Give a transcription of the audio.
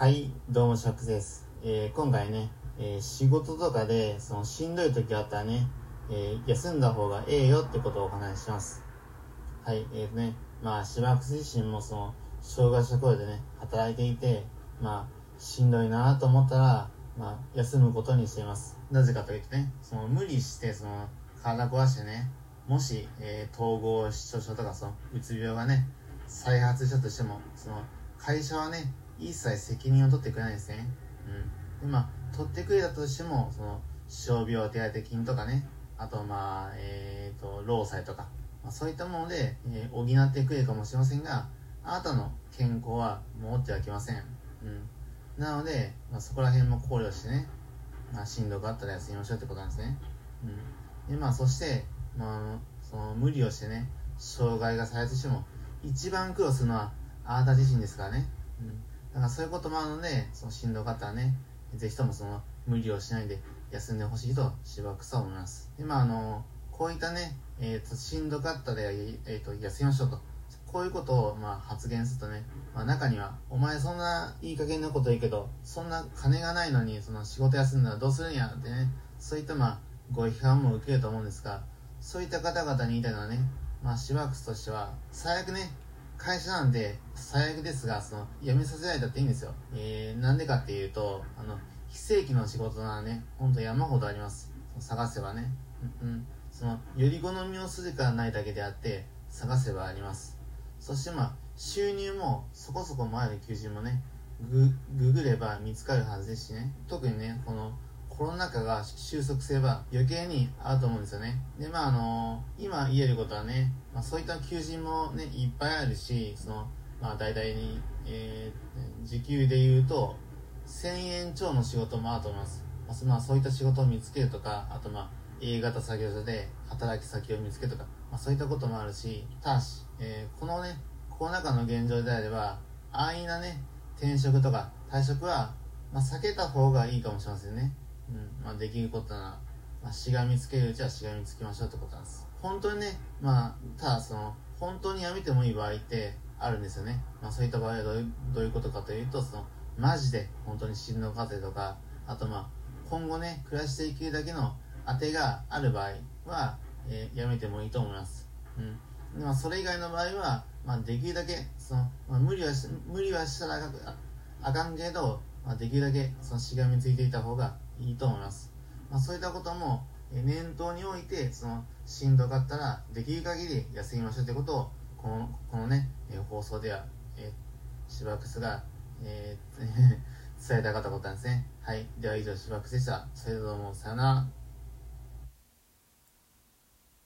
はい、どうもシャックです。今回ね、仕事とかでそのしんどい時あったらね、休んだ方がええよってことをお話しします。はい、シバックス自身もその障害者雇用でね、働いていて、しんどいなと思ったら、休むことにしています。なぜかというとね、その無理してその体壊してね、もし、統合失調症とかそのうつ病がね、再発したとしても、その会社はね、一切責任を取ってくれないんですね。で取ってくれたとしても、その傷病手当金とかね、あと労災とか、そういったもので、補ってくれるかもしれませんが、あなたの健康は守ってはきません。なので、そこら辺も考慮してね、しんどかったら休みましょうってことなんですね。そして、その無理をしてね、障害が再発しても、一番苦労するのはあなた自身ですからね。だからそういうこともあるので、そのしんどかったらね、ぜひともその無理をしないで休んでほしいとしばくさ思います。で、こういったね、しんどかったで、休みましょうと。こういうことを発言するとね、中には、お前そんないい加減なこと言うけど、そんな金がないのにその仕事休んだらどうするんやってね、そういったご批判も受けると思うんですが、そういった方々に言いたいのはね、シバックスとしては、最悪ね、会社なんで最悪ですが、その辞めさせられたっていいんですよ。なんでかっていうと、非正規の仕事ならね、ほんと山ほどあります。探せばね。そのより好みをするからないだけであって、探せばあります。そして収入もそこそこもある求人もね、ググれば見つかるはずですしね。特にね、このコロナ禍が収束すれば余計にあると思うんですよね。で、今言えることはね、そういった求人もね、いっぱいあるし、その、大体に、時給で言うと、1000円超の仕事もあると思います。そういった仕事を見つけるとか、あとA 型作業所で働き先を見つけるとか、そういったこともあるし、ただし、このね、コロナ禍の現状であれば、安易なね、転職とか退職は、避けた方がいいかもしれませんね。できることなら、しがみつけるうちはしがみつきましょうってことなんです。本当にね、ただその、本当に辞めてもいい場合ってあるんですよね。そういった場合はどういうことかというと、その、マジで本当に死ぬ過程とか、あと今後ね、暮らしていけるだけの当てがある場合は、辞めてもいいと思います。でそれ以外の場合は、できるだけ、その、無理はしたらあかんけど、できるだけそのしがみついていた方がいいと思います。そういったことも念頭に置いて、そのしんどかったらできる限り休みましょうということをこのね、放送では、シバックスが、伝えたかったことなんですね。はい。では以上、シバックスでした。それではどうもさよなら。